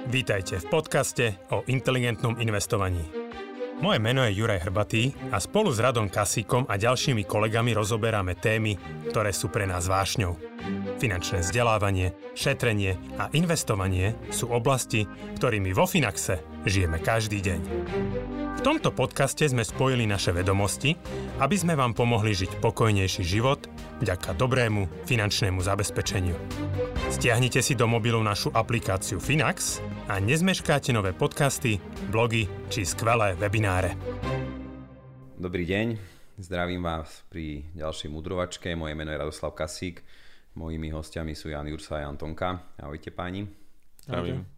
Vítajte v podcaste o inteligentnom investovaní. Moje meno je Juraj Hrbatý a spolu s Radom Kasíkom a ďalšími kolegami rozoberáme témy, ktoré sú pre nás vášňou. Finančné vzdelávanie, šetrenie a investovanie sú oblasti, ktorými vo Finaxe žijeme každý deň. V tomto podcaste sme spojili naše vedomosti, aby sme vám pomohli žiť pokojnejší život vďaka dobrému finančnému zabezpečeniu. Stiahnite si do mobilu našu aplikáciu Finax a nezmeškáte nové podcasty, blogy či skvelé webináre. Dobrý deň, zdravím vás pri ďalšej mudrovačke. Moje meno je Radoslav Kasík. Mojimi hostiami sú Jan Jursa a Jan Tonka. Ahojte páni. Zdravím.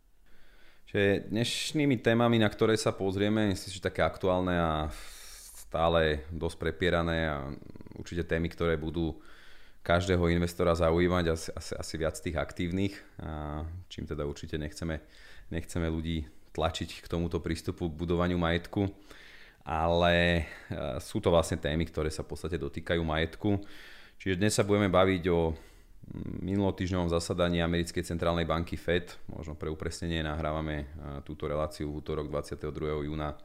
Čiže dnešnými témami, na ktoré sa pozrieme, myslím, že také aktuálne a stále dosť prepierané a určite témy, ktoré budú každého investora zaujímať, asi viac tých aktívnych, a čím teda určite nechceme ľudí tlačiť k tomuto prístupu k budovaniu majetku, ale sú to vlastne témy, ktoré sa v podstate dotýkajú majetku. Čiže dnes sa budeme baviť o minulotýždňovom zasadaní americkej centrálnej banky Fed. Možno pre upresnenie nahrávame túto reláciu v útorok 22. júna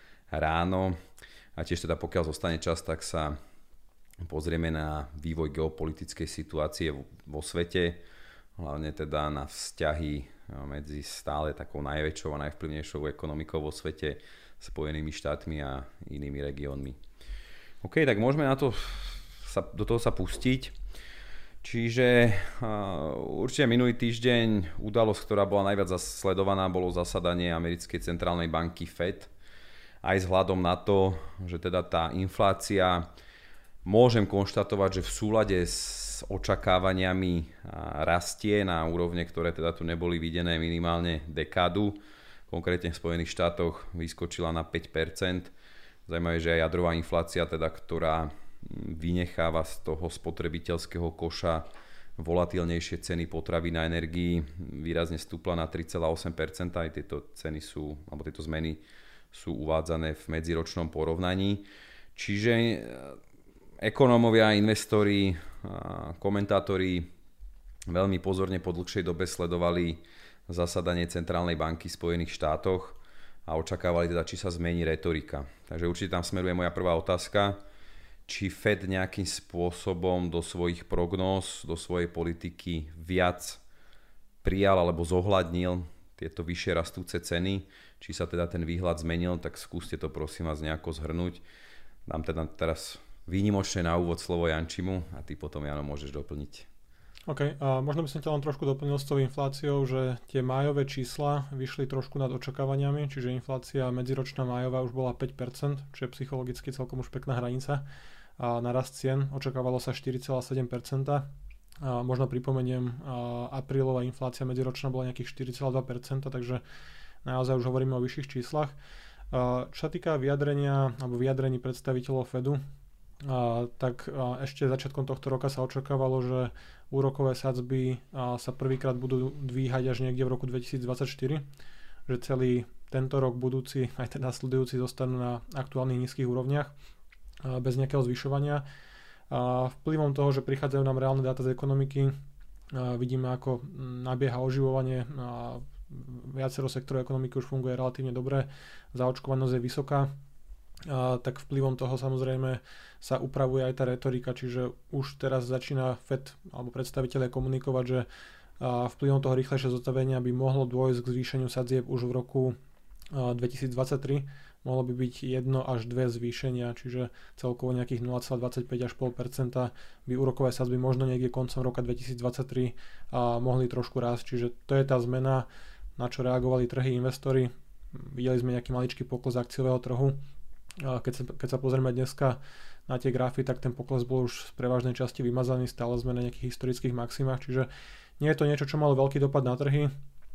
ráno. A tiež teda pokiaľ zostane čas, tak sa pozrieme na vývoj geopolitickej situácie vo svete, hlavne teda na vzťahy medzi stále takou najväčšou a najvplyvnejšou ekonomikou vo svete, Spojenými štátmi a inými regiónmi. OK, tak môžeme do toho sa pustiť. Čiže určite minulý týždeň udalosť, ktorá bola najviac sledovaná, bolo zasadanie americkej centrálnej banky Fed. Aj vzhľadom na to, že teda tá inflácia, môžem konštatovať, že v súlade s očakávaniami rastie na úrovne, ktoré teda tu neboli videné minimálne dekádu. Konkrétne v Spojených štátoch vyskočila na 5%. Zaujímavé, že aj jadrová inflácia, teda, ktorá vynecháva z toho spotrebiteľského koša volatilnejšie ceny potravín a energií, výrazne stúpla na 3,8%. Aj tieto ceny alebo tieto zmeny sú uvádzané v medziročnom porovnaní. Čiže ekonómovia, investori, komentátori veľmi pozorne po dlhšej dobe sledovali zasadanie centrálnej banky v Spojených štátoch a očakávali teda, či sa zmení retorika. Takže určite tam smeruje moja prvá otázka, či Fed nejakým spôsobom do svojich prognóz, do svojej politiky viac prijal alebo zohľadnil tieto vyššie rastúce ceny, či sa teda ten výhľad zmenil, tak skúste to prosím vás nejako zhrnúť. Dám teda teraz výnimočne na úvod slovo Jančimu a ty potom, Jano, môžeš doplniť. OK, a možno by som ťa len trošku doplnil s tou infláciou, že tie májové čísla vyšli trošku nad očakávaniami, čiže inflácia medziročná májová už bola 5%, čo je psychologicky celkom už pekná hranica. A na rast cien očakávalo sa 4,7%. A možno pripomeniem, aprílová inflácia medziročná bola nejakých 4,2%, takže naozaj už hovoríme o vyšších číslach. Čo sa týka vyjadrení predstaviteľov Fedu, tak ešte začiatkom tohto roka sa očakávalo, že úrokové sadzby sa prvýkrát budú dvíhať až niekde v roku 2024, že celý tento rok budúci, aj teda sledujúci, zostanú na aktuálnych nízkych úrovniach bez nejakého zvyšovania. Vplyvom toho, že prichádzajú nám reálne dáta z ekonomiky, vidíme, ako nabieha oživovanie, viacero sektorov ekonomiky už funguje relatívne dobre, zaočkovanosť je vysoká, tak vplyvom toho samozrejme sa upravuje aj tá retorika, čiže už teraz začína Fed alebo predstavitelia komunikovať, že vplyvom toho rýchlejšieho zotavenia by mohlo dôjsť k zvýšeniu sadzieb už v roku 2023. Mohlo by byť 1 až 2 zvýšenia, čiže celkovo nejakých 0,25 až 0,5% by úrokové sadzby možno niekde koncom roka 2023 mohli trošku rásť, čiže to je tá zmena, na čo reagovali trhy, investori. Videli sme nejaký maličký pokles akciového trhu. Keď sa pozrieme dneska na tie grafy, tak ten pokles bol už z prevažnej časti vymazaný, stále sme na nejakých historických maximách, čiže nie je to niečo, čo malo veľký dopad na trhy.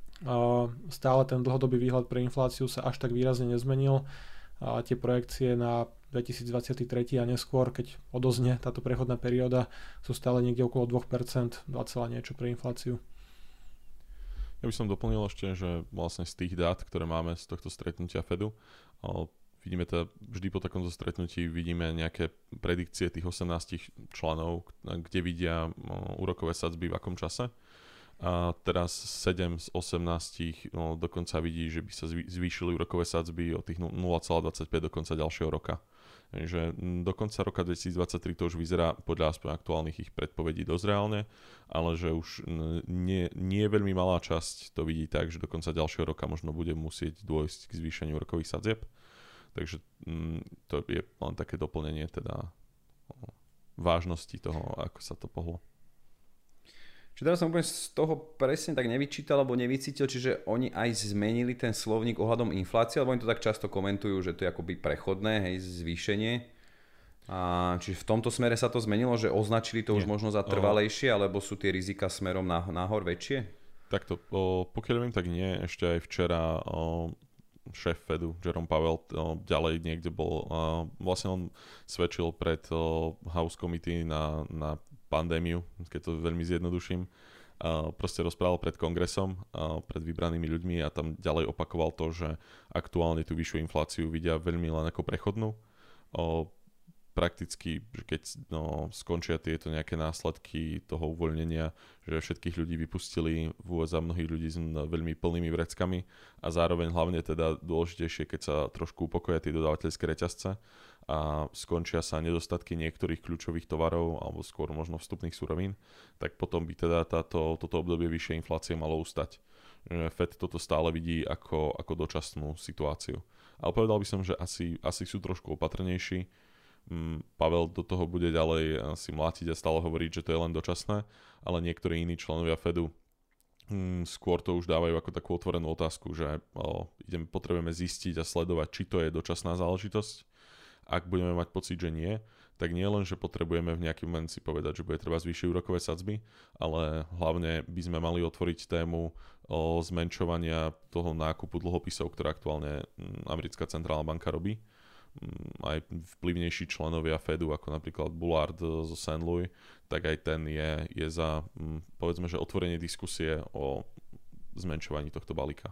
Stále ten dlhodobý výhľad pre infláciu sa až tak výrazne nezmenil. Tie projekcie na 2023 a neskôr, keď odoznie táto prechodná perióda, sú stále niekde okolo 2%, 2, niečo pre infláciu. Ja by som doplnil ešte, že vlastne z tých dát, ktoré máme z tohto stretnutia Fedu, vidíme teda vždy po takomto stretnutí vidíme nejaké predikcie tých 18 členov, kde vidia úrokové sadzby v akom čase. A teraz 7 z 18 dokonca vidí, že by sa zvýšili úrokové sadzby o tých 0,25 do konca ďalšieho roka. Takže do konca roka 2023 to už vyzerá podľa aspoň aktuálnych ich predpovedí dosť reálne, ale že už nie veľmi malá časť to vidí tak, že do konca ďalšieho roka možno bude musieť dôjsť k zvýšeniu úrokových sadzieb. Takže to je len také doplnenie teda vážnosti toho, ako sa to pohlo. Čiže teraz som úplne z toho presne tak nevyčítal alebo nevycítil, čiže oni aj zmenili ten slovník ohľadom inflácie, alebo oni to tak často komentujú, že to je akoby prechodné, hej, zvýšenie. A čiže v tomto smere sa to zmenilo, že označili to už možno za trvalejšie, alebo sú tie rizika smerom nahor väčšie? Takto, pokiaľ viem, tak nie. Ešte aj včera šéf Fedu, Jerome Powell, ďalej niekde bol. Vlastne on svedčil pred House Committee na pandémiu, keď to veľmi zjednoduším. Proste rozprával pred kongresom, pred vybranými ľuďmi a tam ďalej opakoval to, že aktuálne tú vyššiu infláciu vidia veľmi len ako prechodnú. Prakticky, keď skončia tieto nejaké následky toho uvoľnenia, že všetkých ľudí vypustili v USA, mnohých ľudí s veľmi plnými vreckami a zároveň hlavne teda dôležitejšie, keď sa trošku upokoja tie dodávateľské reťazce a skončia sa nedostatky niektorých kľúčových tovarov alebo skôr možno vstupných surovín, tak potom by teda toto obdobie vyššej inflácie malo ustať. Fed toto stále vidí ako dočasnú situáciu. Ale povedal by som, že asi sú trošku opatrnejší. Pavel do toho bude ďalej si mlátiť a stále hovoriť, že to je len dočasné, ale niektorí iní členovia Fedu skôr to už dávajú ako takú otvorenú otázku, že potrebujeme zistiť a sledovať, či to je dočasná záležitosť. Ak budeme mať pocit, že nie, tak nie len, že potrebujeme v nejaký moment si povedať, že bude treba zvýšiť úrokové sadzby, ale hlavne by sme mali otvoriť tému zmenšovania toho nákupu dlhopisov, ktoré aktuálne americká centrálna banka robí. Aj vplyvnejší členovia Fedu, ako napríklad Bullard zo St. Louis, tak aj ten je za, povedzme, že otvorenie diskusie o zmenšovaní tohto balíka.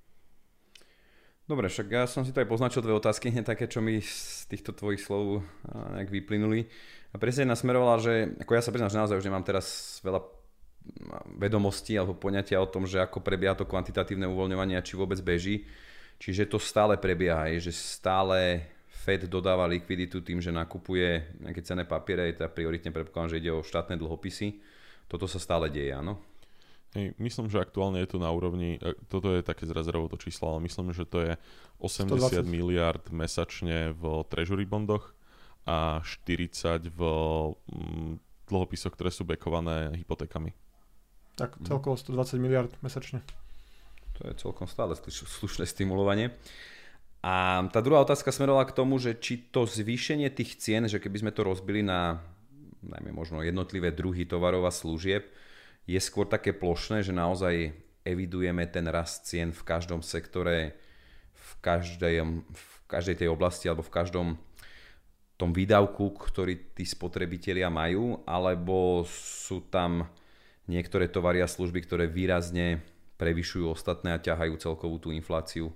Dobre, však ja som si to aj poznačil dve otázky, hneď také, čo mi z týchto tvojich slov nejak vyplynuli. A presne jedna smerovala, že ako ja sa priznám, že naozaj už nemám teraz veľa vedomostí alebo poňatia o tom, že ako prebieha to kvantitatívne uvoľňovanie a či vôbec beží. Čiže to stále prebieha, že stále Fed dodáva likviditu tým, že nakupuje nejaké cenné papiere, teda prioritne predpokladám, že ide o štátne dlhopisy. Toto sa stále deje, áno? Myslím, že aktuálne je to na úrovni, toto je také z rezervou to číslo, ale myslím, že to je 80 miliard mesačne v treasury bondoch a 40 v dlhopisoch, ktoré sú backované hypotékami. Tak celkovo 120 miliard mesačne. To je celkom stále slušné stimulovanie. A tá druhá otázka smerovala k tomu, že či to zvýšenie tých cien, že keby sme to rozbili na najmä možno jednotlivé druhy tovarov a služieb, je skôr také plošné, že naozaj evidujeme ten rast cien v každom sektore, v každej tej oblasti alebo v každom tom výdavku, ktorý tí spotrebitelia majú, alebo sú tam niektoré tovary a služby, ktoré výrazne prevyšujú ostatné a ťahajú celkovú tú infláciu.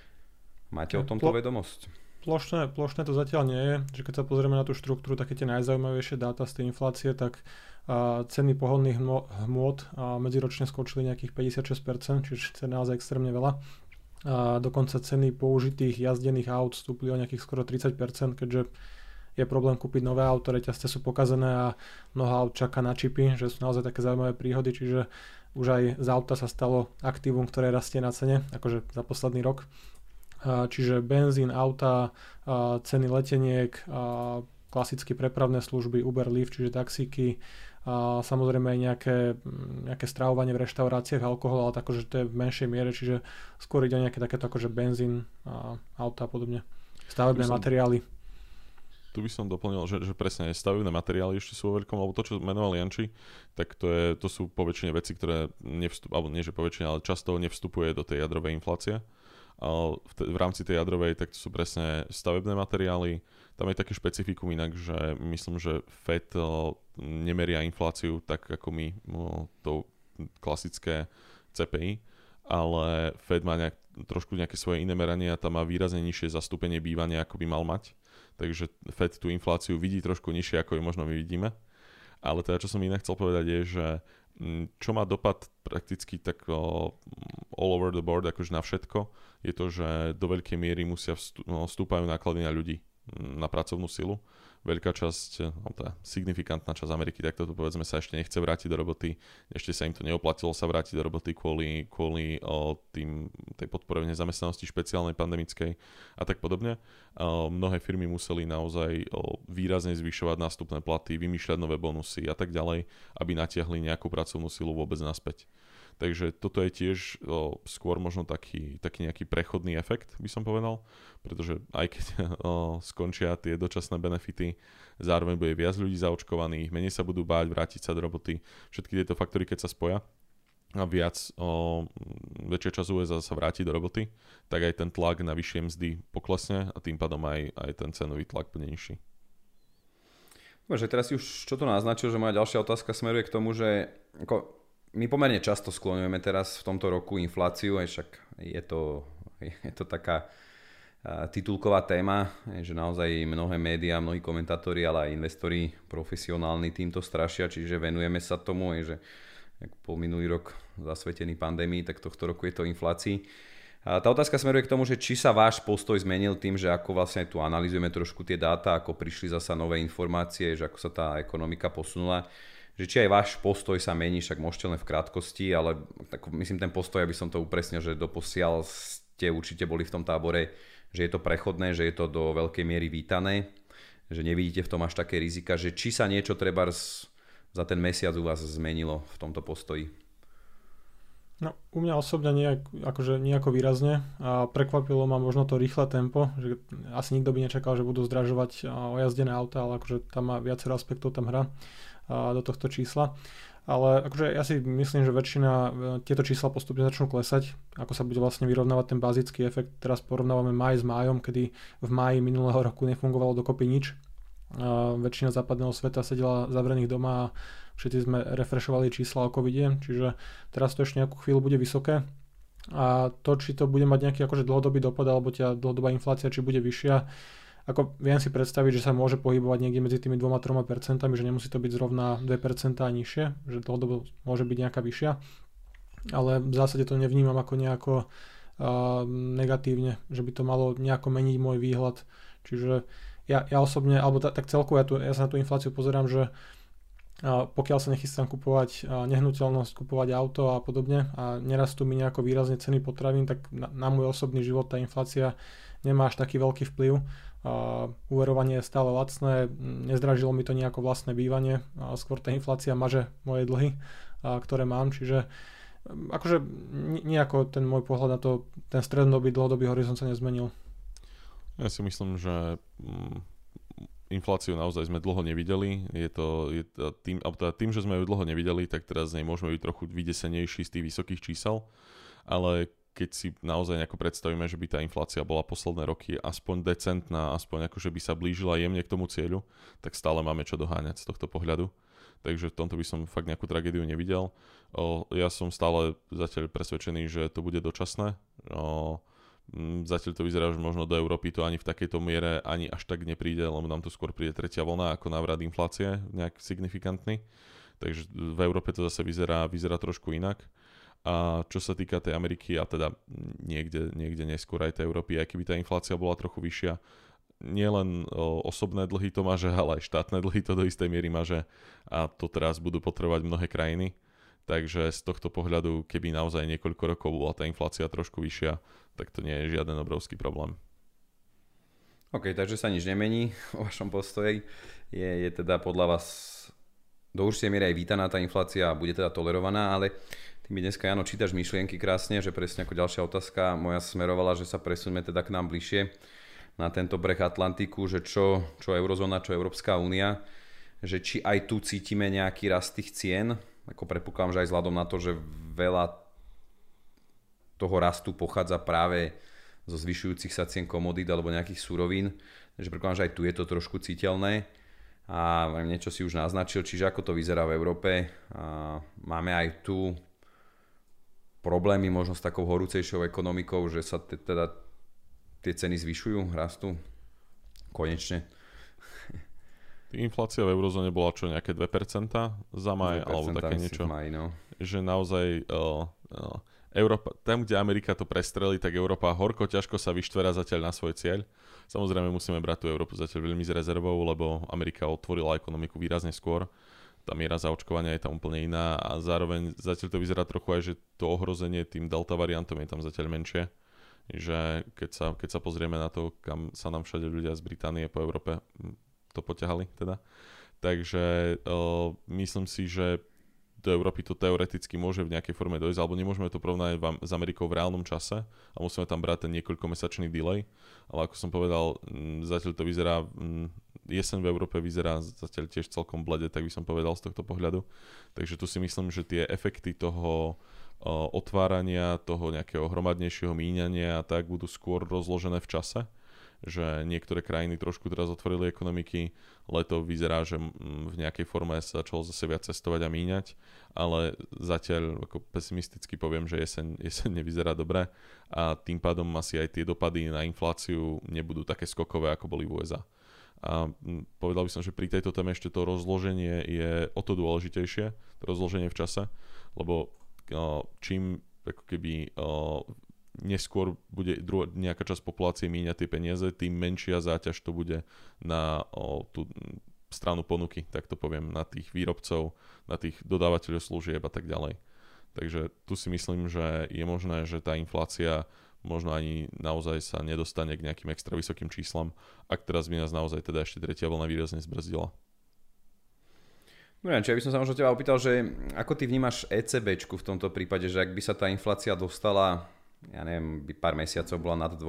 Máte o tomto vedomosť? Plošné to zatiaľ nie je, že keď sa pozrieme na tú štruktúru, také tie najzaujímavejšie dáta z tej inflácie, tak ceny pohodných hmôt medziročne skočili nejakých 56%, čiže to je naozaj extrémne veľa. Dokonca ceny použitých jazdených aut vstúpili o nejakých skoro 30%, keďže je problém kúpiť nové auto, reťazce sú pokazené a mnoho aut čaká na čipy, že sú naozaj také zaujímavé príhody, čiže už aj z auta sa stalo aktívum, ktoré rastie na cene, akože za posledný rok. Čiže benzín, auta, ceny leteniek, klasické prepravné služby, Uber, Lyft, čiže taxíky, samozrejme aj nejaké stravovanie v reštauráciách, alkohol, ale takže to je v menšej miere, čiže skôr ide o nejaké takéto akože benzín, auta a podobne. Stavebné materiály. Tu by som doplnil, že presne stavebné materiály ešte sú vo veľkom, lebo to, čo menoval Janči, tak to sú poväčšine veci, ktoré alebo nie, že poväčšine, ale často nevstupuje do tej jadrovej inflácie. V rámci tej jadrovej, tak to sú presne stavebné materiály. Tam je také špecifikum inak, že myslím, že Fed nemeria infláciu tak ako my, to klasické CPI, ale Fed má trošku nejaké svoje iné meranie a tam má výrazne nižšie zastúpenie bývania, ako by mal mať. Takže Fed tú infláciu vidí trošku nižšie, ako ju možno my vidíme. Ale teda, čo som inak chcel povedať je, že Čo má dopad prakticky tak all over the board, akože na všetko, je to, že do veľkej miery vstúpajú náklady na ľudí, na pracovnú silu. Veľká časť, tá signifikantná časť Ameriky, tak toto povedzme sa ešte nechce vrátiť do roboty, ešte sa im to neoplatilo sa vrátiť do roboty kvôli tej podpore nezamestnanosti špeciálnej pandemickej a tak podobne. Mnohé firmy museli naozaj výrazne zvyšovať nástupné platy, vymýšľať nové bonusy a tak ďalej, aby natiahli nejakú pracovnú silu vôbec naspäť. Takže toto je tiež skôr možno taký nejaký prechodný efekt, by som povedal, pretože aj keď skončia tie dočasné benefity, zároveň bude viac ľudí zaočkovaných, menej sa budú báť vrátiť sa do roboty. Všetky tieto faktory, keď sa spoja a väčšia časť USA sa vráti do roboty, tak aj ten tlak na vyššie mzdy poklesne a tým pádom aj ten cenový tlak bude nižší. Dobre, teraz si už čo to naznačil, že moja ďalšia otázka smeruje k tomu, že my pomerne často skloňujeme teraz v tomto roku infláciu, aj však je to taká titulková téma, že naozaj mnohé médiá, mnohí komentátori, ale aj investori profesionálni týmto strašia, čiže venujeme sa tomu, že po minulý rok zasvetený pandémii, tak tohto roku je to inflácii. A tá otázka smeruje k tomu, že či sa váš postoj zmenil tým, že ako vlastne tu analyzujeme trošku tie dáta, ako prišli zasa nové informácie, že ako sa tá ekonomika posunula, že či aj váš postoj sa mení, však môžete len v krátkosti, ale tak myslím ten postoj, aby som to upresnil, že doposiaľ ste určite boli v tom tábore, že je to prechodné, že je to do veľkej miery vítané, že nevidíte v tom až také rizika, že či sa niečo trebárs za ten mesiac u vás zmenilo v tomto postoji. No, u mňa osobne nejako výrazne a prekvapilo ma možno to rýchle tempo, že asi nikto by nečakal, že budú zdražovať ojazdené auta, ale akože tam má viacero aspektov tam hra do tohto čísla. Ale akože ja si myslím, že väčšina tieto čísla postupne začnú klesať, ako sa bude vlastne vyrovnávať ten bazický efekt. Teraz porovnávame máj s májom, kedy v máji minulého roku nefungovalo dokopy nič. Väčšina západného sveta sedela zavrených doma a všetci sme refreshovali čísla o covide, čiže teraz to ešte nejakú chvíľu bude vysoké. A to, či to bude mať nejaký akože dlhodobý dopad, alebo tá dlhodobá inflácia, či bude vyššia, ako viem si predstaviť, že sa môže pohybovať niekde medzi tými 2-3%, že nemusí to byť zrovna 2% a nižšie, že dlhodobo môže byť nejaká vyššia, ale v zásade to nevnímam ako nejako negatívne, že by to malo nejako meniť môj výhľad, čiže ja osobne, alebo tak celkovo ja sa na tú infláciu pozerám, že pokiaľ sa nechystám kupovať nehnuteľnosť, kupovať auto a podobne a nerastú mi nejako výrazne ceny potravín, tak na môj osobný život tá inflácia nemá až taký veľký vplyv. Úverovanie je stále lacné, nezdražilo mi to nejako vlastné bývanie, skôr tá inflácia maže moje dlhy, ktoré mám, čiže akože nejako ten môj pohľad na to, ten strednodobý, dlhodobý horizont sa nezmenil. Ja si myslím, že infláciu naozaj sme dlho nevideli. Tým, že sme ju dlho nevideli, tak teraz z nej môžeme byť trochu vydesenejší z tých vysokých čísel, ale keď si naozaj nejako predstavíme, že by tá inflácia bola posledné roky aspoň decentná, aspoň akože by sa blížila jemne k tomu cieľu, tak stále máme čo doháňať z tohto pohľadu. Takže v tomto by som fakt nejakú tragédiu nevidel. Ja som stále zatiaľ presvedčený, že to bude dočasné. Zatiaľ to vyzerá, že možno do Európy to ani v takejto miere ani až tak nepríde, lebo nám tu skôr príde tretia vlna ako návrat inflácie, nejak signifikantný. Takže v Európe to zase vyzerá trošku inak. A čo sa týka tej Ameriky a teda niekde neskôr aj tej Európy, aj keby tá inflácia bola trochu vyššia, nielen osobné dlhy to maže, ale aj štátne dlhy to do istej miery maže a to teraz budú potrebovať mnohé krajiny. Takže z tohto pohľadu, keby naozaj niekoľko rokov bola tá inflácia trošku vyššia, tak to nie je žiaden obrovský problém. OK, takže sa nič nemení o vašom postoji. Je teda podľa vás do určitej miery aj vítaná tá inflácia a bude teda tolerovaná, ale ty mi dneska, Jano, čítaš myšlienky krásne, že presne ako ďalšia otázka moja smerovala, že sa presuneme teda k nám bližšie na tento breh Atlantiku, že čo eurozóna, čo Európska únia, že či aj tu cítime nejaký rast tých cien, ako predpokladám, že aj vzhľadom na to, že veľa toho rastu pochádza práve zo zvyšujúcich sa cien komodít alebo nejakých surovín, že predpokladám, že aj tu je to trošku citeľné a niečo si už naznačil, čiže ako to vyzerá v Európe. Máme aj tu problémy možno s takou horúcejšou ekonomikou, že sa teda tie ceny zvyšujú, rastú konečne. Inflácia v eurozóne bola čo, nejaké 2% za maj, alebo také niečo. Maj, no. Že naozaj Európa, tam, kde Amerika to prestrelí, tak Európa horko ťažko sa vyštverá zatiaľ na svoj cieľ. Samozrejme musíme brať tú Európu zatiaľ veľmi s rezervou, lebo Amerika otvorila ekonomiku výrazne skôr. Tá miera zaočkovania je tam úplne iná a zároveň zatiaľ to vyzerá trochu aj, že to ohrozenie tým delta variantom je tam zatiaľ menšie. Že keď sa pozrieme na to, kam sa nám všade ľudia z Británie po Európe to poťahali teda. Takže myslím si, že do Európy to teoreticky môže v nejakej forme dojsť, alebo nemôžeme to porovnať s Amerikou v reálnom čase a musíme tam brať ten niekoľkomesačný delay. Ale ako som povedal, zatiaľ to vyzerá, jeseň v Európe vyzerá zatiaľ tiež celkom blede, tak by som povedal z tohto pohľadu. Takže tu si myslím, že tie efekty toho otvárania, toho nejakého hromadnejšieho míňania a tak budú skôr rozložené v čase. Že niektoré krajiny trošku teraz otvorili ekonomiky, leto vyzerá, že v nejakej forme sa začalo zase viac cestovať a míňať, ale zatiaľ ako pesimisticky poviem, že jeseň nevyzerá dobre a tým pádom asi aj tie dopady na infláciu nebudú také skokové, ako boli v USA. A povedal by som, že pri tejto téme ešte to rozloženie je o to dôležitejšie, to rozloženie v čase, lebo čím ako keby neskôr bude nejaká časť populácie míňať tie peniaze, tým menšia záťaž to bude na tú stranu ponuky, tak to poviem, na tých výrobcov, na tých dodávateľov služieb a tak ďalej. Takže tu si myslím, že je možné, že tá inflácia možno ani naozaj sa nedostane k nejakým extra vysokým číslam, ak teraz by nás naozaj teda ešte tretia vlna výrazne zbrzdila. Dobre, čiže by som sa možno teba opýtal, že ako ty vnímaš ECBčku v tomto prípade, že ak by sa tá inflácia dostala, ja neviem, by pár mesiacov bola nad 2%,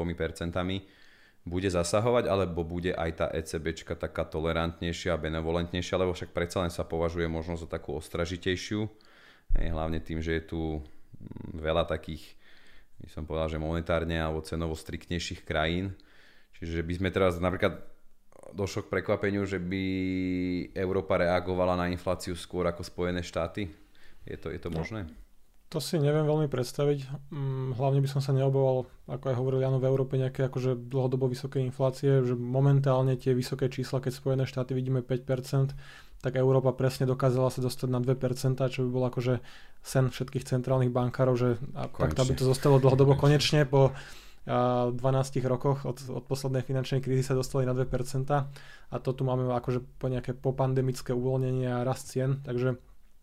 bude zasahovať, alebo bude aj tá ECBčka taká tolerantnejšia a benevolentnejšia, lebo však predsa len sa považuje možno za takú ostražitejšiu, hlavne tým, že je tu veľa takých, by som povedal, že monetárne alebo cenovo striktnejších krajín, čiže by sme teraz napríklad došlo k prekvapeniu, že by Európa reagovala na infláciu skôr ako Spojené štáty? Je to možné? To si neviem veľmi predstaviť. Hlavne by som sa neobával, ako aj hovoril Jano, v Európe nejaké akože dlhodobo vysoké inflácie, že momentálne tie vysoké čísla, keď Spojené štáty vidíme 5%, tak Európa presne dokázala sa dostať na 2%, čo by bol akože sen všetkých centrálnych bankárov, že tak aby to zostalo dlhodobo konečne po 12 rokoch od poslednej finančnej krízy sa dostali na 2% a to tu máme akože po nejaké popandemické uvoľnenie a rast cien, takže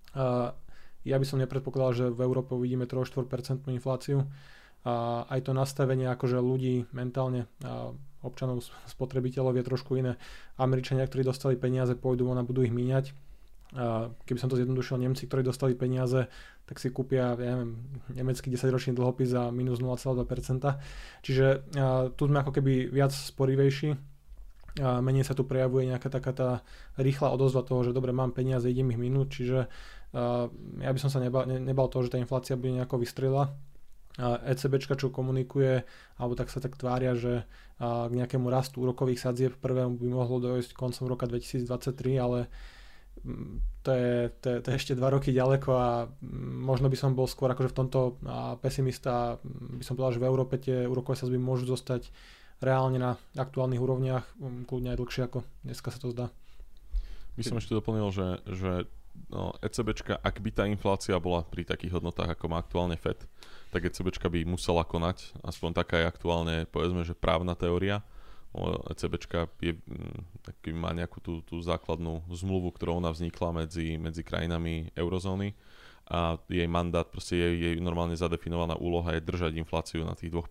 ja by som nepredpokladal, že v Európe uvidíme 3-4% infláciu. A aj to nastavenie akože ľudí mentálne, občanov, spotrebiteľov je trošku iné. Američania, ktorí dostali peniaze, pôjdu von a budú ich míňať. Keby som to zjednodušil, Nemci, ktorí dostali peniaze, tak si kúpia, ja neviem, nemecký 10-ročný dlhopis za minus 0,2%. Čiže tu sme ako keby viac sporivejší. Menej sa tu prejavuje nejaká taká tá rýchla odozva toho, že dobre, mám peniaze, idem ich minúť, čiže ja by som sa nebal toho, že tá inflácia bude nejako vystrelila. ECBčka, čo komunikuje, alebo tak sa tak tvária, že k nejakému rastu úrokových sadzieb prvému by mohlo dojsť koncom roka 2023, ale to je ešte 2 roky ďaleko a možno by som bol skôr akože v tomto pesimista, by som povedal, že v Európe tie úrokové sadzby môžu zostať reálne na aktuálnych úrovniach, kľudne aj dlhšie ako dneska sa to zdá. By som ešte doplnil, že ECBčka, ak by tá inflácia bola pri takých hodnotách, ako má aktuálne FED, tak ECBčka by musela konať, aspoň taká je aktuálne, povedzme, že právna teória. ECBčka má nejakú tú základnú zmluvu, ktorou ona vznikla medzi krajinami eurozóny a jej mandát, proste jej normálne zadefinovaná úloha je držať infláciu na tých 2%.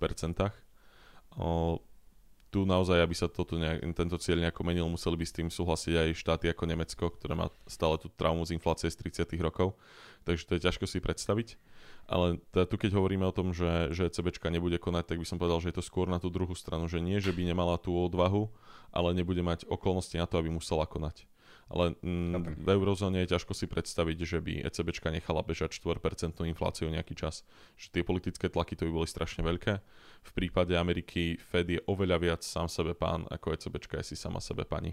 Tu naozaj, aby sa tento cieľ nejako menil, museli by s tým súhlasiť aj štáty ako Nemecko, ktoré má stále tú traumu z inflácie z 30 rokov. Takže to je ťažko si predstaviť. Ale tu keď hovoríme o tom, že ECBčka nebude konať, tak by som povedal, že je to skôr na tú druhú stranu. Že nie, že by nemala tú odvahu, ale nebude mať okolnosti na to, aby musela konať. Ale v eurozóne je ťažko si predstaviť, že by ECBčka nechala bežať 4% infláciu nejaký čas. Že tie politické tlaky to by boli strašne veľké. V prípade Ameriky Fed je oveľa viac sám sebe pán, ako ECBčka je si sama sebe pani.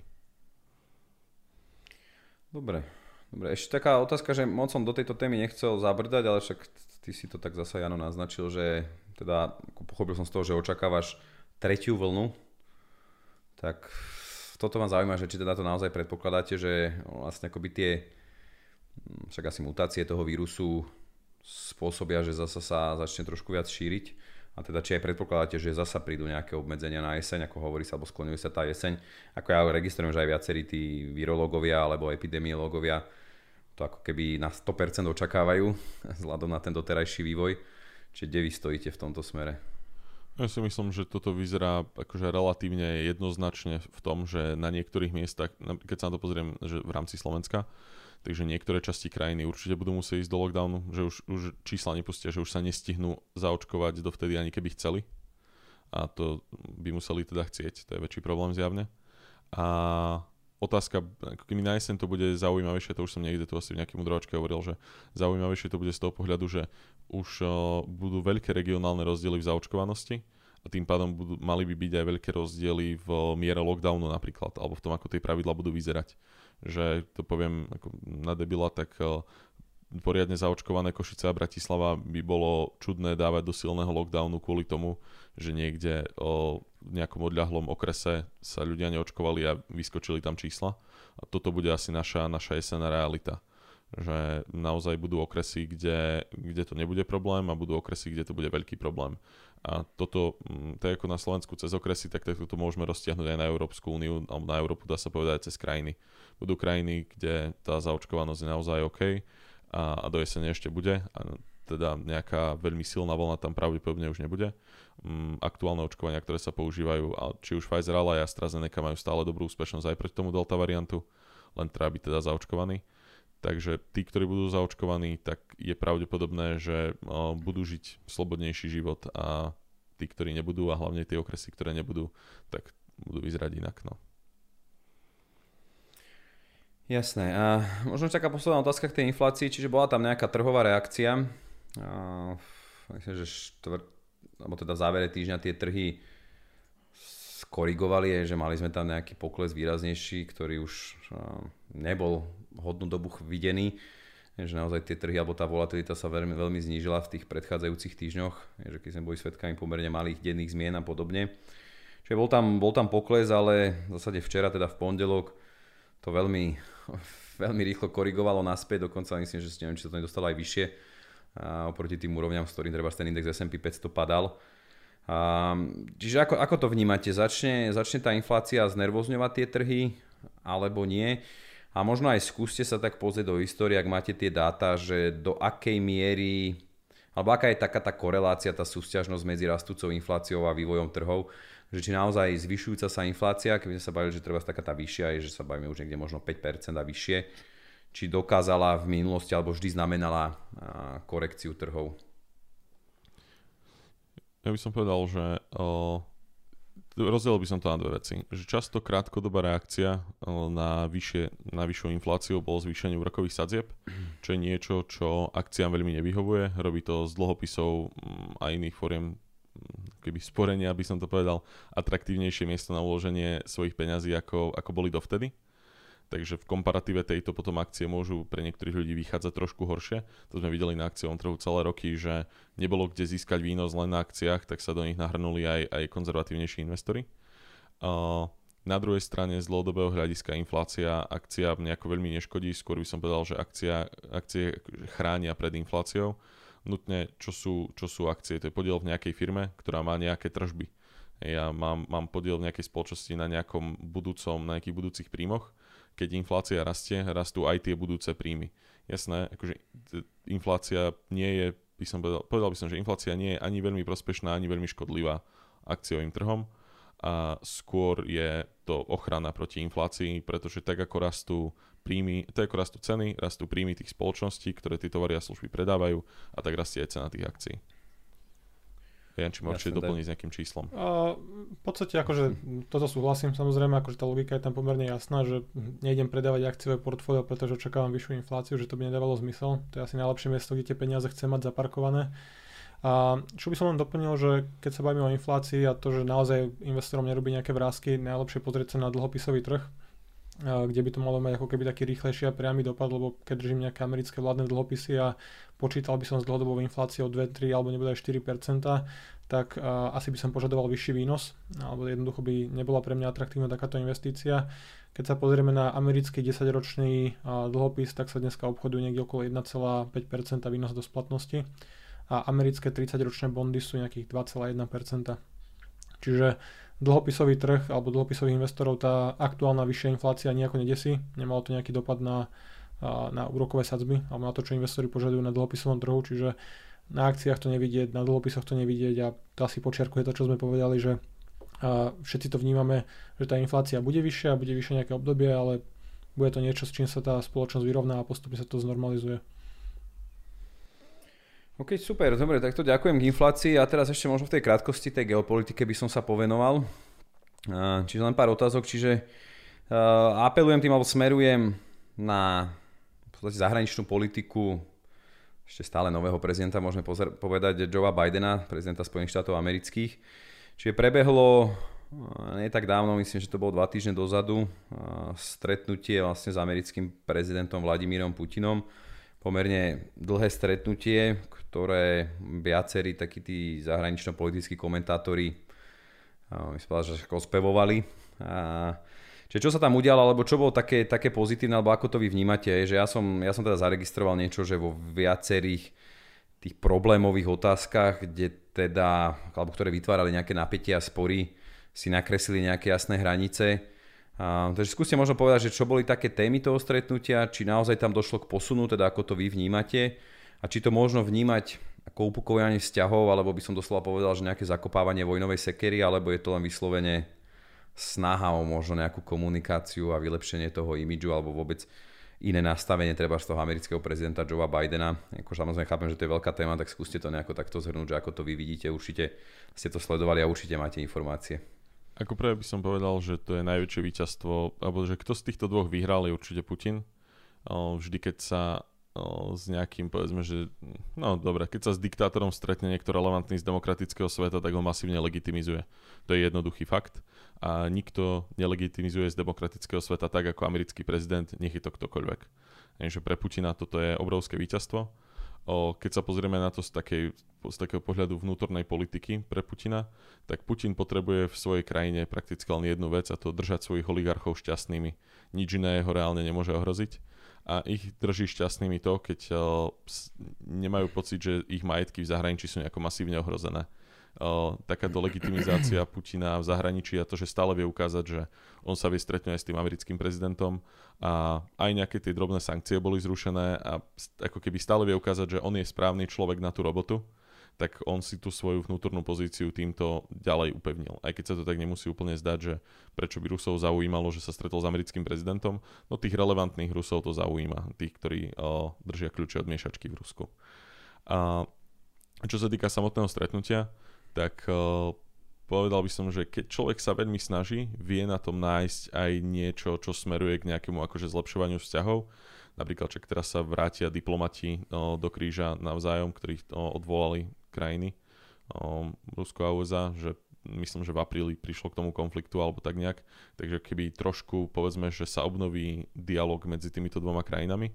Dobre, ešte taká otázka, že moc som do tejto témy nechcel zabrdať, ale však ty si to tak zasa, Jano, naznačil, že teda pochopil som z toho, že očakávaš tretiu vlnu, tak toto ma zaujíma, že či teda to naozaj predpokladáte, že vlastne akoby tie však asi mutácie toho vírusu spôsobia, že zasa sa začne trošku viac šíriť a teda či aj predpokladáte, že zasa prídu nejaké obmedzenia na jeseň, ako hovorí sa, alebo skloňuje sa tá jeseň. Ako ja registrujem, že aj viacerí tí virológovia alebo epidemiológovia to ako keby na 100% očakávajú vzhľadom na ten doterajší vývoj. Čiže kde vy stojíte v tomto smere? Ja si myslím, že toto vyzerá akože relatívne jednoznačne v tom, že na niektorých miestach, keď sa na to pozriem, že v rámci Slovenska, takže niektoré časti krajiny určite budú musieť ísť do lockdownu, že už čísla nepustia, že už sa nestihnú zaočkovať dovtedy, ani keby chceli. A to by museli teda chcieť, to je väčší problém zjavne. A otázka, ako keby na jeseň to bude zaujímavejšie, to už som niekde tu asi v nejakej mudrovačke hovoril, že zaujímavejšie to bude z toho pohľadu, že už budú veľké regionálne rozdiely v zaočkovanosti a tým pádom mali by byť aj veľké rozdiely v miere lockdownu napríklad, alebo v tom, ako tie pravidlá budú vyzerať. Že to poviem ako na debila, tak poriadne zaočkované Košice a Bratislava by bolo čudné dávať do silného lockdownu kvôli tomu, že niekde v nejakom odľahlom okrese sa ľudia neočkovali a vyskočili tam čísla. A toto bude asi naša jesenná realita. Že naozaj budú okresy, kde to nebude problém a budú okresy, kde to bude veľký problém. A toto, tak ako na Slovensku cez okresy, tak to môžeme roztiahnuť aj na Európsku úniu, alebo na Európu, dá sa povedať, cez krajiny. Budú krajiny, kde tá zaočkovanosť je naozaj OK a do jesene ešte bude. A teda nejaká veľmi silná vlna tam pravdepodobne už nebude. Aktuálne očkovania, ktoré sa používajú, či už Pfizer, ale aj AstraZeneca majú stále dobrú úspešnosť aj proti tomu delta variantu, len treba byť teda zaočkovaní. Takže tí, ktorí budú zaočkovaní, tak je pravdepodobné, že budú žiť slobodnejší život a tí, ktorí nebudú a hlavne tie okresy, ktoré nebudú, tak budú vyzerať inak. No. Jasné. A možno taká posledná otázka k tej inflácii, čiže bola tam nejaká trhová reakcia. Myslím, že alebo teda v závere týždňa tie trhy skorigovali, že mali sme tam nejaký pokles výraznejší, ktorý už nebol hodnú dobu videný, že naozaj tie trhy alebo tá volatilita sa veľmi, veľmi znížila v tých predchádzajúcich týždňoch, že keď sme boli svedkami pomerne malých denných zmien a podobne. Čiže bol tam pokles, ale v zásade včera, teda v pondelok, to veľmi, veľmi rýchlo korigovalo naspäť, dokonca myslím, že neviem, či sa to nedostalo aj vyššie oproti tým úrovňam, s ktorým treba ten index S&P 500 padal. Čiže ako to vnímate? Začne tá inflácia znervozňovať tie trhy, alebo nie? A možno aj skúste sa tak pozrieť do histórie, ak máte tie dáta, že do akej miery, alebo aká je taká tá korelácia, tá súťažnosť medzi rastúcou infláciou a vývojom trhov, že či naozaj zvyšujúca sa inflácia, keby sme sa bavili, že treba taká tá vyššia, je, že sa bavíme už niekde možno 5% a vyššie, či dokázala v minulosti alebo vždy znamenala korekciu trhov? Ja by som povedal, že rozdelil by som to na dve veci. Že často krátkodobá reakcia na vyššiu infláciu bolo zvýšenie úrokových sadzieb, čo je niečo, čo akciám veľmi nevyhovuje. Robí to z dlhopisov a iných foriem keby sporenia, by som to povedal, atraktívnejšie miesto na uloženie svojich peňazí, ako boli dovtedy. Takže v komparatíve tejto potom akcie môžu pre niektorých ľudí vychádzať trošku horšie. To sme videli na akciovom trhu celé roky, že nebolo kde získať výnos len na akciách, tak sa do nich nahrnuli aj konzervatívnejší investori. Na druhej strane z dlhodobého hľadiska inflácia akcia nejako veľmi neškodí, skôr by som povedal, že akcie chránia pred infláciou. Nutne, čo sú akcie? To je podiel v nejakej firme, ktorá má nejaké tržby. Ja mám podiel v nejakej spoločnosti na nejakých budúcich príjmoch. Keď inflácia rastie, rastú aj tie budúce príjmy. Jasné, akože inflácia nie je, povedal by som, že inflácia nie je ani veľmi prospešná, ani veľmi škodlivá akciovým trhom a skôr je to ochrana proti inflácii, pretože tak ako rastú príjmy, tak ako rastú ceny, rastú príjmy tých spoločností, ktoré tie tovary a služby predávajú a tak rastie aj cena tých akcií. Janči, môžete doplniť s nejakým číslom. V podstate akože toto súhlasím, samozrejme, akože tá logika je tam pomerne jasná, že nejdem predávať akciové portfólio, pretože očakávam vyššiu infláciu, že to by nedávalo zmysel. To je asi najlepšie miesto, kde tie peniaze chcem mať zaparkované. A čo by som len doplnil, že keď sa bavíme o inflácii a to, že naozaj investorom nerobí nejaké vrásky, najlepšie pozrieť sa na dlhopisový trh. kde by to malo mať ako keby taký rýchlejší a priamy dopad, lebo keď držím nejaké americké vládne dlhopisy a počítal by som s dlhodobou infláciou 2, 3 alebo nebude aj 4%, tak asi by som požadoval vyšší výnos, alebo jednoducho by nebola pre mňa atraktívna takáto investícia. Keď sa pozrieme na americký 10-ročný dlhopis, tak sa dneska obchodujú niekde okolo 1,5% výnos do splatnosti a americké 30-ročné bondy sú nejakých 2,1%. Čiže dlhopisový trh alebo dlhopisových investorov tá aktuálna vyššia inflácia nejako nedesí. Nemalo to nejaký dopad na úrokové sadzby alebo na to, čo investori požadujú na dlhopisovom trhu, čiže na akciách to nevidieť, na dlhopisoch to nevidieť a to asi počiarkuje to, čo sme povedali, že všetci to vnímame, že tá inflácia bude vyššia nejaké obdobie, ale bude to niečo, s čím sa tá spoločnosť vyrovná a postupne sa to znormalizuje. OK, super, dobre, tak to ďakujem k inflácii a teraz ešte možno v tej krátkosti tej geopolitike by som sa povenoval. Čiže len pár otázok, čiže apelujem tým alebo smerujem na v podstate zahraničnú politiku ešte stále nového prezidenta, môžeme povedať Joea Bidena, prezidenta Spojených štátov amerických. Čiže prebehlo nie tak dávno, myslím, že to bolo 2 týždne dozadu, stretnutie vlastne s americkým prezidentom Vladimírom Putinom. Pomerne dlhé stretnutie, ktoré viacerí takí tí zahranično-politickí komentátori myslím, že ospevovali. Čiže čo sa tam udialo, alebo čo bolo také pozitívne, alebo ako to vy vnímate, že ja som teda zaregistroval niečo, že vo viacerých tých problémových otázkach, kde teda, alebo ktoré vytvárali nejaké napätia a spory, si nakreslili nejaké jasné hranice. Takže skúste možno povedať, že čo boli také témy toho stretnutia, či naozaj tam došlo k posunu, teda ako to vy vnímate a či to možno vnímať ako upokojovanie vzťahov, alebo by som doslova povedal, že nejaké zakopávanie vojnovej sekery, alebo je to len vyslovene snaha o možno nejakú komunikáciu a vylepšenie toho imidžu, alebo vôbec iné nastavenie treba z toho amerického prezidenta Joea Bidena. Ako samozrejme chápem, že to je veľká téma, tak skúste to nejako takto zhrnúť, že ako to vy vidíte, určite ste to sledovali a určite máte informácie. Ako prvé by som povedal, že to je najväčšie víťazstvo, alebo že kto z týchto dvoch vyhral je určite Putin. Vždy, keď sa s nejakým, povedzme, že no dobre, keď sa s diktátorom stretne niekto relevantný z demokratického sveta, tak ho masívne legitimizuje. To je jednoduchý fakt. A nikto nelegitimizuje z demokratického sveta tak ako americký prezident, nech je to ktokoľvek. Takže pre Putina toto je obrovské víťazstvo. Keď sa pozrieme na to z takého pohľadu vnútornej politiky pre Putina, tak Putin potrebuje v svojej krajine prakticky len jednu vec, a to držať svojich oligarchov šťastnými. Nič iné ho reálne nemôže ohroziť. A ich drží šťastnými to, keď nemajú pocit, že ich majetky v zahraničí sú nejako masívne ohrozené. Takáto legitimizácia Putina v zahraničí a to, že stále vie ukázať, že on sa vie stretnúť aj s tým americkým prezidentom a aj nejaké tie drobné sankcie boli zrušené a ako keby stále vie ukázať, že on je správny človek na tú robotu, tak on si tú svoju vnútornú pozíciu týmto ďalej upevnil. Aj keď sa to tak nemusí úplne zdať, že prečo by Rusov zaujímalo, že sa stretol s americkým prezidentom, no tých relevantných Rusov to zaujíma, tých, ktorí držia kľúče od miešačky v Rusku. A čo sa týka samotného stretnutia, tak povedal by som, že keď človek sa veľmi snaží, vie na tom nájsť aj niečo, čo smeruje k nejakému akože zlepšovaniu vzťahov. Napríklad, že teraz sa vrátia diplomati do kríža navzájom, ktorých odvolali krajiny, Rusko a USA, že myslím, že v apríli prišlo k tomu konfliktu alebo tak nejak. Takže keby trošku, povedzme, že sa obnoví dialog medzi týmito dvoma krajinami.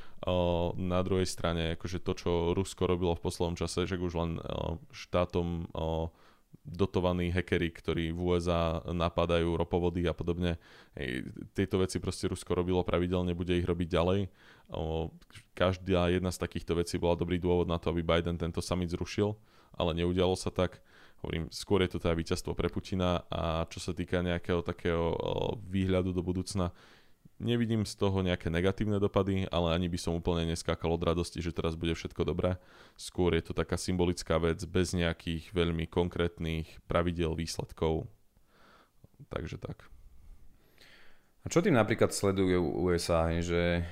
Na druhej strane, akože to, čo Rusko robilo v poslednom čase, že už len štátom dotovaní hackeri, ktorí v USA napadajú ropovody a podobne. Tieto veci proste Rusko robilo pravidelne, bude ich robiť ďalej. Každá jedna z takýchto vecí bola dobrý dôvod na to, aby Biden tento summit zrušil, ale neudialo sa tak. Hovorím, skôr je to teda víťazstvo pre Putina a čo sa týka nejakého takého výhľadu do budúcna, nevidím z toho nejaké negatívne dopady, ale ani by som úplne neskákal od radosti, že teraz bude všetko dobré. Skôr je to taká symbolická vec bez nejakých veľmi konkrétnych pravidiel, výsledkov. Takže tak. A čo tým napríklad sledujú USA? Že,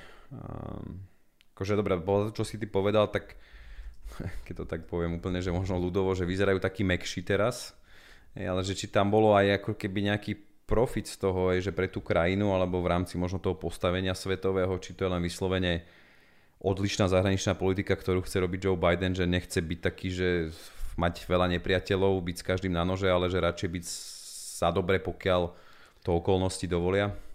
akože dobré, čo si ty povedal, tak keď to tak poviem úplne, že možno ľudovo, že vyzerajú taký mäkší teraz, ale že či tam bolo aj ako keby nejaký profit z toho, že pre tú krajinu alebo v rámci možno toho postavenia svetového, či to je len vyslovene odlišná zahraničná politika, ktorú chce robiť Joe Biden, že nechce byť taký, že mať veľa nepriateľov, byť s každým na nože, ale že radšej byť za dobre, pokiaľ to okolnosti dovolia?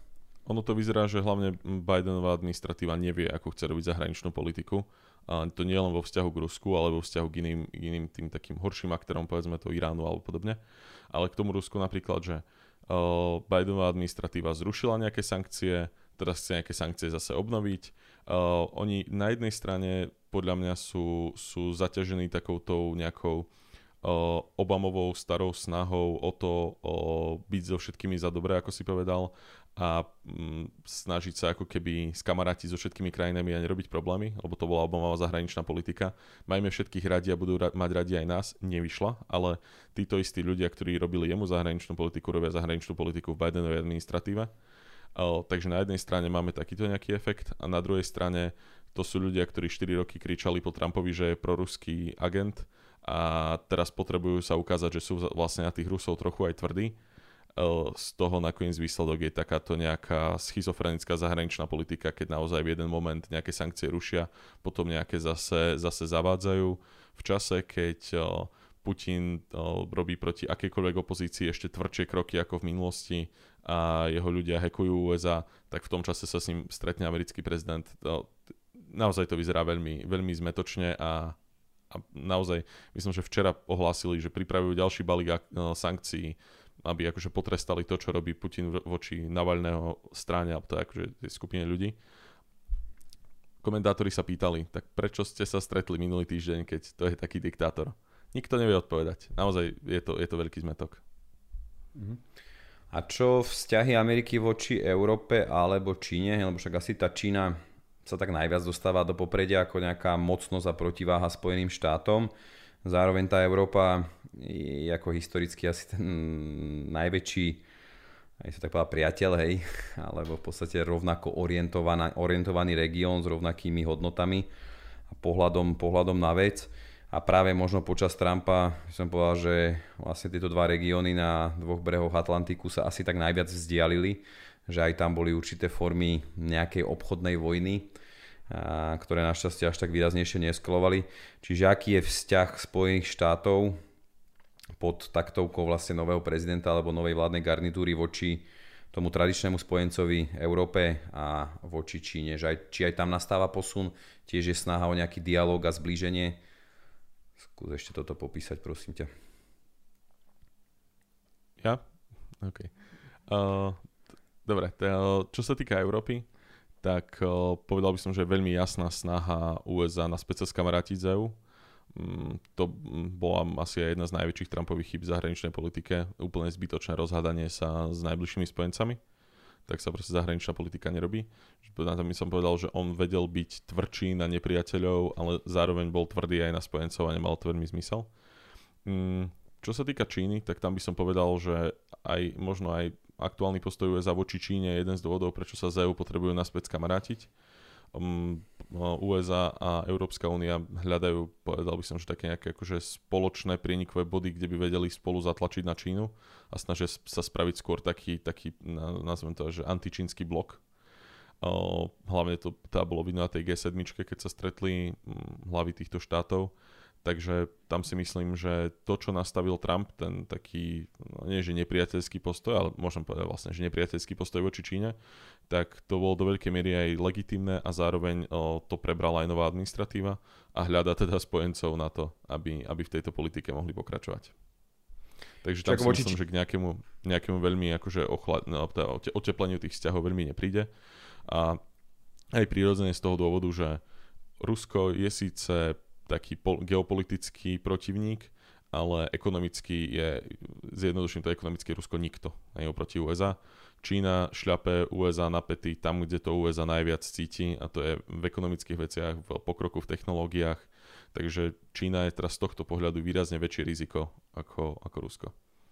ono to vyzerá, že hlavne Bidenová administratíva nevie, ako chce robiť zahraničnú politiku. A to nie len vo vzťahu k Rusku, ale vo vzťahu k iným tým takým horším aktérom, povedzme to Iránu alebo podobne. Ale k tomu Rusku napríklad, že Bidenová administratíva zrušila nejaké sankcie, teraz chce nejaké sankcie zase obnoviť. Oni na jednej strane podľa mňa sú zaťažení takoutou nejakou Obamovou starou snahou o to byť so všetkými za dobré, ako si povedal, a snažiť sa ako keby skamarátiť so všetkými krajinami a nerobiť problémy, lebo to bola Obamová zahraničná politika. Majme všetkých radi a budú mať radi aj nás, nevyšla, ale títo istí ľudia, ktorí robili jemu zahraničnú politiku, robia zahraničnú politiku v Bidenovej administratíve. Takže na jednej strane máme takýto nejaký efekt a na druhej strane to sú ľudia, ktorí 4 roky kričali po Trumpovi, že je proruský agent a teraz potrebujú sa ukázať, že sú vlastne na tých Rusov trochu aj tvrdí. Z toho nakoniec výsledok je takáto nejaká schizofrenická zahraničná politika, keď naozaj v jeden moment nejaké sankcie rušia, potom nejaké zase zavádzajú. V čase, keď Putin robí proti akejkoľvek opozícii ešte tvrdšie kroky ako v minulosti a jeho ľudia hackujú USA, tak v tom čase sa s ním stretne americký prezident. Naozaj to vyzerá veľmi, veľmi zmetočne a naozaj myslím, že včera ohlásili, že pripravujú ďalší balík sankcií, aby akože potrestali to, čo robí Putin voči Navalného strane alebo to akože tej skupine ľudí. Komentátori sa pýtali, tak prečo ste sa stretli minulý týždeň, keď to je taký diktátor? Nikto nevie odpovedať. Naozaj je to veľký zmetok. A čo vzťahy Ameriky voči Európe alebo Číne? Lebo však asi tá Čína sa tak najviac dostáva do popredia ako nejaká mocnosť a protiváha Spojeným štátom. Zároveň tá Európa je ako historicky asi ten najväčší, aj sa tak povedal, priateľ, hej, alebo v podstate rovnako orientovaný región s rovnakými hodnotami a pohľadom na vec. A práve možno počas Trumpa som povedal, že vlastne tieto dva regióny na dvoch brehoch Atlantiku sa asi tak najviac vzdialili, že aj tam boli určité formy nejakej obchodnej vojny, ktoré našťastie až tak výraznejšie neeskalovali. Čiže aký je vzťah Spojených štátov pod taktovkou vlastne nového prezidenta alebo novej vládnej garnitúry voči tomu tradičnému spojencovi Európe a voči Číne? Že či aj tam nastáva posun, tiež je snaha o nejaký dialóg a zblíženie? Skús ešte toto popísať, prosím ťa. Ja? OK. Dobre, čo sa týka Európy, tak povedal by som, že je veľmi jasná snaha USA naspäť sa skamarátiť z EU. To bola asi aj jedna z najväčších Trumpových chýb v zahraničnej politike. Úplne zbytočné rozhádanie sa s najbližšími spojencami. Tak sa proste zahraničná politika nerobí. Na tom by som povedal, že on vedel byť tvrdší na nepriateľov, ale zároveň bol tvrdý aj na spojencov a nemal to veľmi zmysel. Čo sa týka Číny, tak tam by som povedal, že možno aj aktuálny postoj USA voči Číne je jeden z dôvodov, prečo sa z EU potrebujú naspäť skamarátiť. USA a Európska únia hľadajú, povedal by som, že také nejaké akože spoločné prienikové body, kde by vedeli spolu zatlačiť na Čínu a snažia sa spraviť skôr taký nazvem to, že antičínsky blok. Hlavne to bolo vidno na tej G7, keď sa stretli hlavy týchto štátov. Takže tam si myslím, že to, čo nastavil Trump, ten taký, nie že nepriateľský postoj, ale môžem povedať vlastne, že nepriateľský postoj voči Číne, tak to bolo do veľkej miery aj legitímne a zároveň to prebrala aj nová administratíva a hľada teda spojencov na to, aby v tejto politike mohli pokračovať. Takže tam si myslím, že k nejakému veľmi akože otepleniu tých vzťahov veľmi nepríde. A aj prirodzene z toho dôvodu, že Rusko je síce taký geopolitický protivník, ale ekonomicky zjednoduším to ekonomicky Rusko nikto, aj oproti USA. Čína šľape USA na päty tam, kde to USA najviac cíti a to je v ekonomických veciach, v pokroku v technológiách. Takže Čína je teraz z tohto pohľadu výrazne väčšie riziko ako Rusko.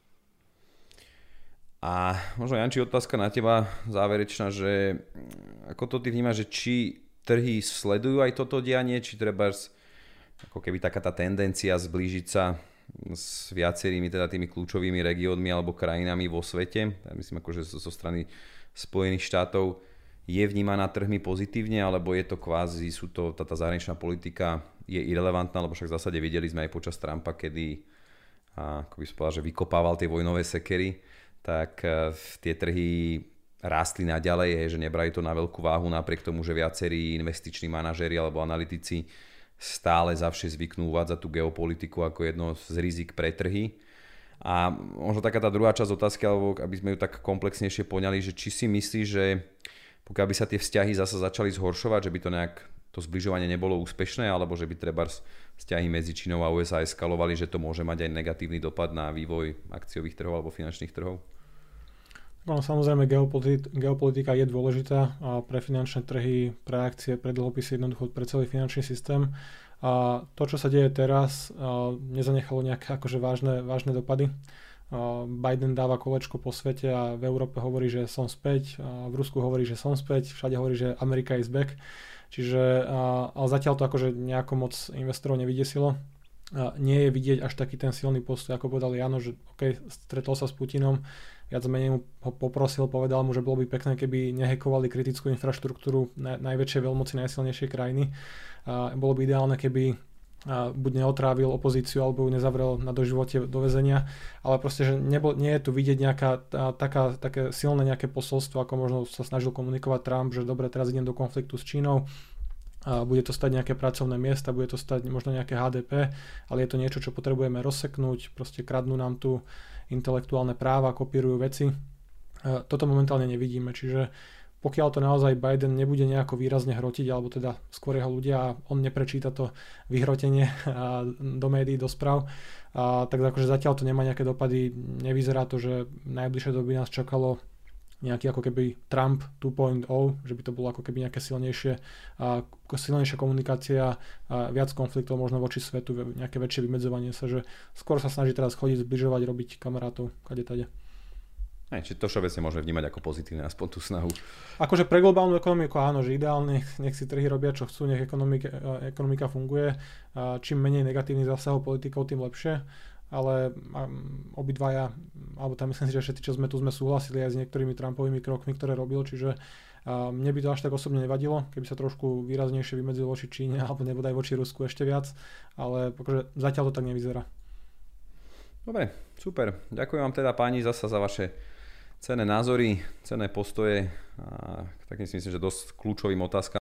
A možno, Janči, otázka na teba záverečná, že ako to ty vnímaš, že či trhy sledujú aj toto dianie, či treba ako keby taká tá tendencia zblížiť sa s viacerými teda tými kľúčovými regiónmi alebo krajinami vo svete. Ja myslím, akože zo strany Spojených štátov je vnímaná trhmi pozitívne, alebo je to kvázi, tá zahraničná politika je irelevantná, lebo však v zásade videli sme aj počas Trumpa, kedy, ako by som povedal, že vykopával tie vojnové sekery, tak tie trhy rástli naďalej, že nebrali to na veľkú váhu napriek tomu, že viacerí investiční manažéri alebo analytici stále zavše zvyknú uvádzať tú geopolitiku ako jedno z rizik pre trhy. A možno taká tá druhá časť otázky, alebo aby sme ju tak komplexnejšie poňali, že či si myslíš, že pokiaľ by sa tie vzťahy zasa začali zhoršovať, že by to nejak to zbližovanie nebolo úspešné, alebo že by treba vzťahy medzi Čínou a USA eskalovali, že to môže mať aj negatívny dopad na vývoj akciových trhov alebo finančných trhov? No, samozrejme, geopolitika je dôležitá pre finančné trhy, pre akcie, pre dlhopisy, jednoducho pre celý finančný systém. A to, čo sa deje teraz, nezanechalo nejaké akože vážne dopady. Biden dáva kolečko po svete a v Európe hovorí, že som späť, v Rusku hovorí, že som späť, všade hovorí, že America is back. Čiže, ale zatiaľ to akože nejako moc investorov nevydesilo. Nie je vidieť až taký ten silný postoj, ako povedal Jano, že OK, stretol sa s Putinom, viac menej mu ho poprosil, povedal mu, že bolo by pekné, keby nehekovali kritickú infraštruktúru najväčšej veľmoci, najsilnejšej krajiny. Bolo by ideálne, keby buď neotrávil opozíciu, alebo ju nezavrel na doživote do väzenia, ale proste, že nie je tu vidieť také silné nejaké posolstvo, ako možno sa snažil komunikovať Trump, že dobre, teraz idem do konfliktu s Čínou, bude to stať nejaké pracovné miesta, bude to stať možno nejaké HDP, ale je to niečo, čo potrebujeme rozseknúť, proste kradnú nám tu intelektuálne práva, kopírujú veci. Toto momentálne nevidíme, čiže pokiaľ to naozaj Biden nebude nejako výrazne hrotiť, alebo teda skôr jeho ľudia a on neprečíta to vyhrotenie do médií, do správ, tak akože zatiaľ to nemá nejaké dopady. Nevyzerá to, že v najbližšej dobe nás čakalo nejaký ako keby Trump 2.0, že by to bolo ako keby nejaké silnejšia komunikácia, viac konfliktov možno voči svetu, nejaké väčšie vymedzovanie sa, že skôr sa snaží teraz chodiť, zbližovať, robiť kamarátov, kade tade. Čiže to všeobecne môžeme vnímať ako pozitívne, aspoň tú snahu. Akože pre globálnu ekonomiku áno, že ideálne, nech si trhy robia čo chcú, nech ekonomika funguje. Čím menej negatívnych zásahov politikov, tým lepšie. Ale obidvaja, alebo tam myslím si, že všetci, čo sme tu, sme súhlasili aj s niektorými Trumpovými krokmi, ktoré robil, čiže mne by to až tak osobne nevadilo, keby sa trošku výraznejšie vymedzil voči Číne, alebo nebodaj voči Rusku ešte viac, ale akože zatiaľ to tak nevyzerá. Dobre, super. Ďakujem vám teda páni zasa za vaše cenné názory, cenné postoje a tak si myslím, že dosť kľúčovým otázkam